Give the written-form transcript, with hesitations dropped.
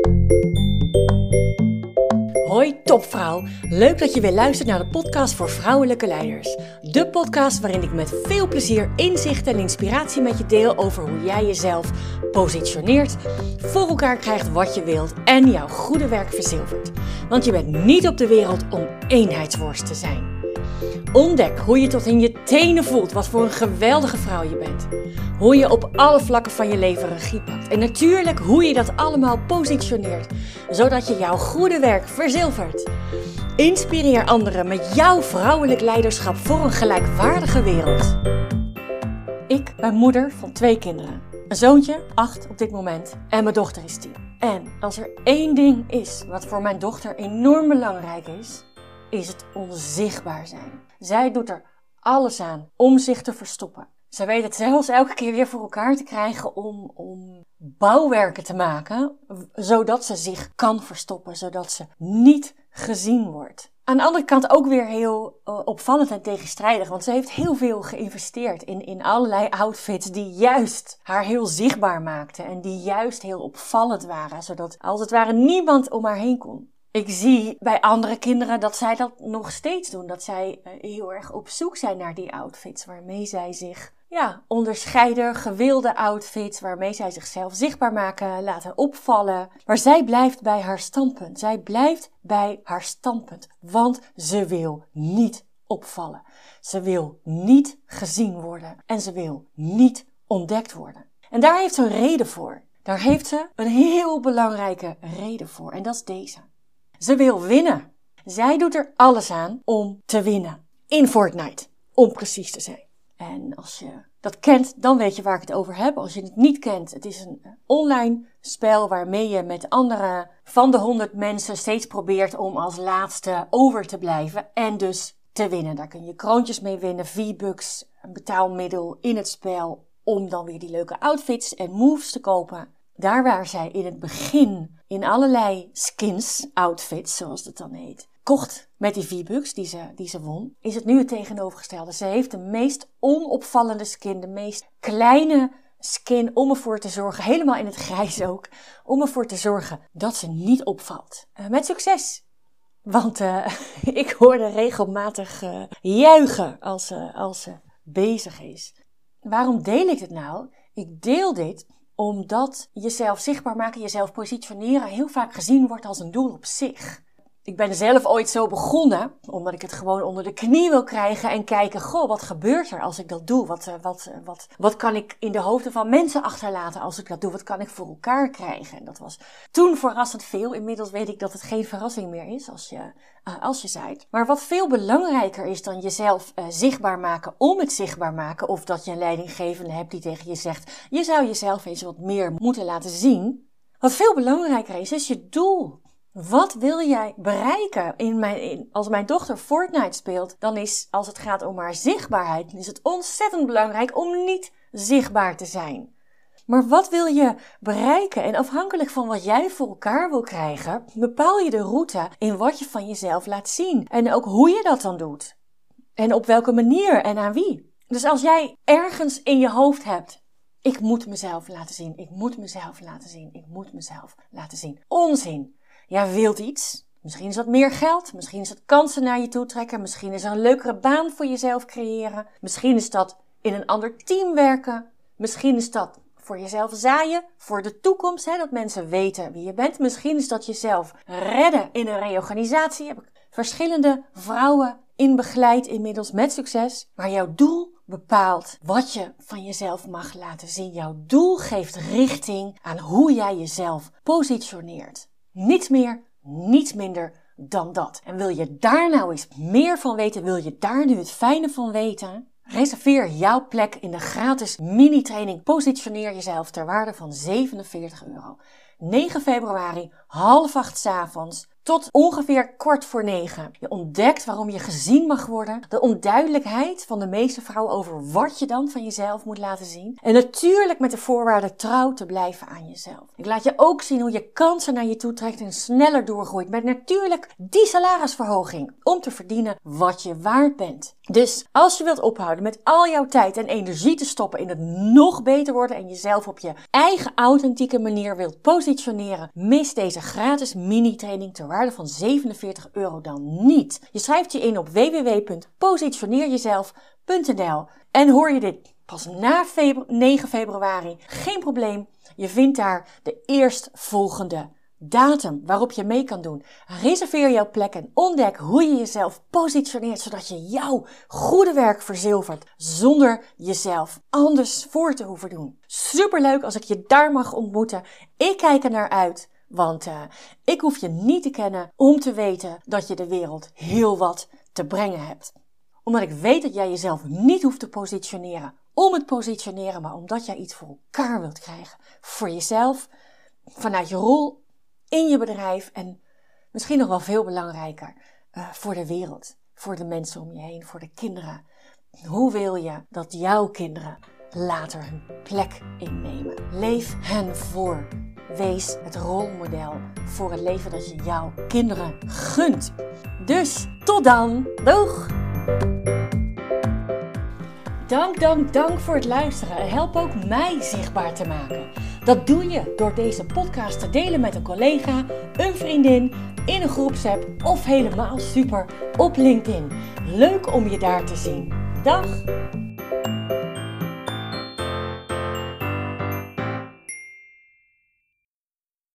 Hoi topvrouw, leuk dat je weer luistert naar de podcast voor vrouwelijke leiders. De podcast waarin ik met veel plezier inzicht en inspiratie met je deel over hoe jij jezelf positioneert, voor elkaar krijgt wat je wilt en jouw goede werk verzilvert. Want je bent niet op de wereld om eenheidsworst te zijn. Ontdek hoe je tot in je tenen voelt wat voor een geweldige vrouw je bent. Hoe je op alle vlakken van je leven regie pakt. En natuurlijk hoe je dat allemaal positioneert, zodat je jouw goede werk verzilvert. Inspireer anderen met jouw vrouwelijk leiderschap voor een gelijkwaardige wereld. Ik ben moeder van 2 kinderen. Een zoontje, 8 op dit moment, en mijn dochter is 10. En als er één ding is wat voor mijn dochter enorm belangrijk is het onzichtbaar zijn. Zij doet er alles aan om zich te verstoppen. Zij weet het zelfs elke keer weer voor elkaar te krijgen om bouwwerken te maken, zodat ze zich kan verstoppen, zodat ze niet gezien wordt. Aan de andere kant ook weer heel opvallend en tegenstrijdig, want ze heeft heel veel geïnvesteerd in allerlei outfits die juist haar heel zichtbaar maakten en die juist heel opvallend waren, zodat als het ware niemand om haar heen kon. Ik zie bij andere kinderen dat zij dat nog steeds doen. Dat zij heel erg op zoek zijn naar die outfits waarmee zij zich onderscheiden, gewilde outfits, waarmee zij zichzelf zichtbaar maken, laten opvallen. Maar zij blijft bij haar standpunt. Zij blijft bij haar standpunt, want ze wil niet opvallen. Ze wil niet gezien worden en ze wil niet ontdekt worden. En daar heeft ze een reden voor. Daar heeft ze een heel belangrijke reden voor en dat is deze. Ze wil winnen. Zij doet er alles aan om te winnen. In Fortnite, om precies te zijn. En als je dat kent, dan weet je waar ik het over heb. Als je het niet kent, het is een online spel waarmee je met andere van de 100 mensen steeds probeert om als laatste over te blijven en dus te winnen. Daar kun je kroontjes mee winnen, V-Bucks, een betaalmiddel in het spel om dan weer die leuke outfits en moves te kopen. Daar waar zij in het begin in allerlei skins, outfits zoals het dan heet, kocht met die V-Bucks die ze won, is het nu het tegenovergestelde. Ze heeft de meest onopvallende skin, de meest kleine skin om ervoor te zorgen, helemaal in het grijs ook, om ervoor te zorgen dat ze niet opvalt. Met succes! Want ik hoorde regelmatig juichen als ze bezig is. Waarom deel ik dit nou? Ik deel dit omdat jezelf zichtbaar maken, jezelf positioneren heel vaak gezien wordt als een doel op zich. Ik ben zelf ooit zo begonnen, omdat ik het gewoon onder de knie wil krijgen en kijken, wat gebeurt er als ik dat doe? Wat kan ik in de hoofden van mensen achterlaten als ik dat doe? Wat kan ik voor elkaar krijgen? En dat was toen verrassend veel. Inmiddels weet ik dat het geen verrassing meer is als je zaait. Maar wat veel belangrijker is dan jezelf zichtbaar maken om het zichtbaar maken, of dat je een leidinggevende hebt die tegen je zegt, je zou jezelf eens wat meer moeten laten zien. Wat veel belangrijker is je doel. Wat wil jij bereiken? Als mijn dochter Fortnite speelt, dan is, als het gaat om haar zichtbaarheid, is het ontzettend belangrijk om niet zichtbaar te zijn. Maar wat wil je bereiken? En afhankelijk van wat jij voor elkaar wil krijgen, bepaal je de route in wat je van jezelf laat zien. En ook hoe je dat dan doet. En op welke manier en aan wie. Dus als jij ergens in je hoofd hebt, ik moet mezelf laten zien, ik moet mezelf laten zien, ik moet mezelf laten zien. Onzin. Jij wilt iets. Misschien is dat meer geld. Misschien is dat kansen naar je toe trekken. Misschien is er een leukere baan voor jezelf creëren. Misschien is dat in een ander team werken. Misschien is dat voor jezelf zaaien. Voor de toekomst, dat mensen weten wie je bent. Misschien is dat jezelf redden in een reorganisatie. Heb ik verschillende vrouwen in begeleid inmiddels met succes. Maar jouw doel bepaalt wat je van jezelf mag laten zien. Jouw doel geeft richting aan hoe jij jezelf positioneert. Niets meer, niets minder dan dat. En wil je daar nou eens meer van weten? Wil je daar nu het fijne van weten? Reserveer jouw plek in de gratis mini-training Positioneer Jezelf ter waarde van €47. 9 februari, 7:30 's avonds. tot ongeveer 8:45. Je ontdekt waarom je gezien mag worden. De onduidelijkheid van de meeste vrouwen over wat je dan van jezelf moet laten zien. En natuurlijk met de voorwaarde trouw te blijven aan jezelf. Ik laat je ook zien hoe je kansen naar je toe trekt en sneller doorgroeit. Met natuurlijk die salarisverhoging. Om te verdienen wat je waard bent. Dus als je wilt ophouden met al jouw tijd en energie te stoppen in het nog beter worden en jezelf op je eigen authentieke manier wilt positioneren, mis deze gratis mini-training ter waarde van €47 dan niet. Je schrijft je in op www.positioneerjezelf.nl en hoor je dit pas na 9 februari, geen probleem. Je vindt daar de eerstvolgende datum waarop je mee kan doen. Reserveer jouw plek en ontdek hoe je jezelf positioneert, zodat je jouw goede werk verzilvert, zonder jezelf anders voor te hoeven doen. Superleuk als ik je daar mag ontmoeten. Ik kijk er naar uit, want ik hoef je niet te kennen om te weten dat je de wereld heel wat te brengen hebt. Omdat ik weet dat jij jezelf niet hoeft te positioneren om het positioneren, maar omdat jij iets voor elkaar wilt krijgen. Voor jezelf, vanuit je rol in je bedrijf en misschien nog wel veel belangrijker, voor de wereld, voor de mensen om je heen, voor de kinderen. Hoe wil je dat jouw kinderen later hun plek innemen? Leef hen voor. Wees het rolmodel voor het leven dat je jouw kinderen gunt. Dus tot dan. Doeg! Dank voor het luisteren en help ook mij zichtbaar te maken. Dat doe je door deze podcast te delen met een collega, een vriendin, in een groepsapp of helemaal super op LinkedIn. Leuk om je daar te zien. Dag!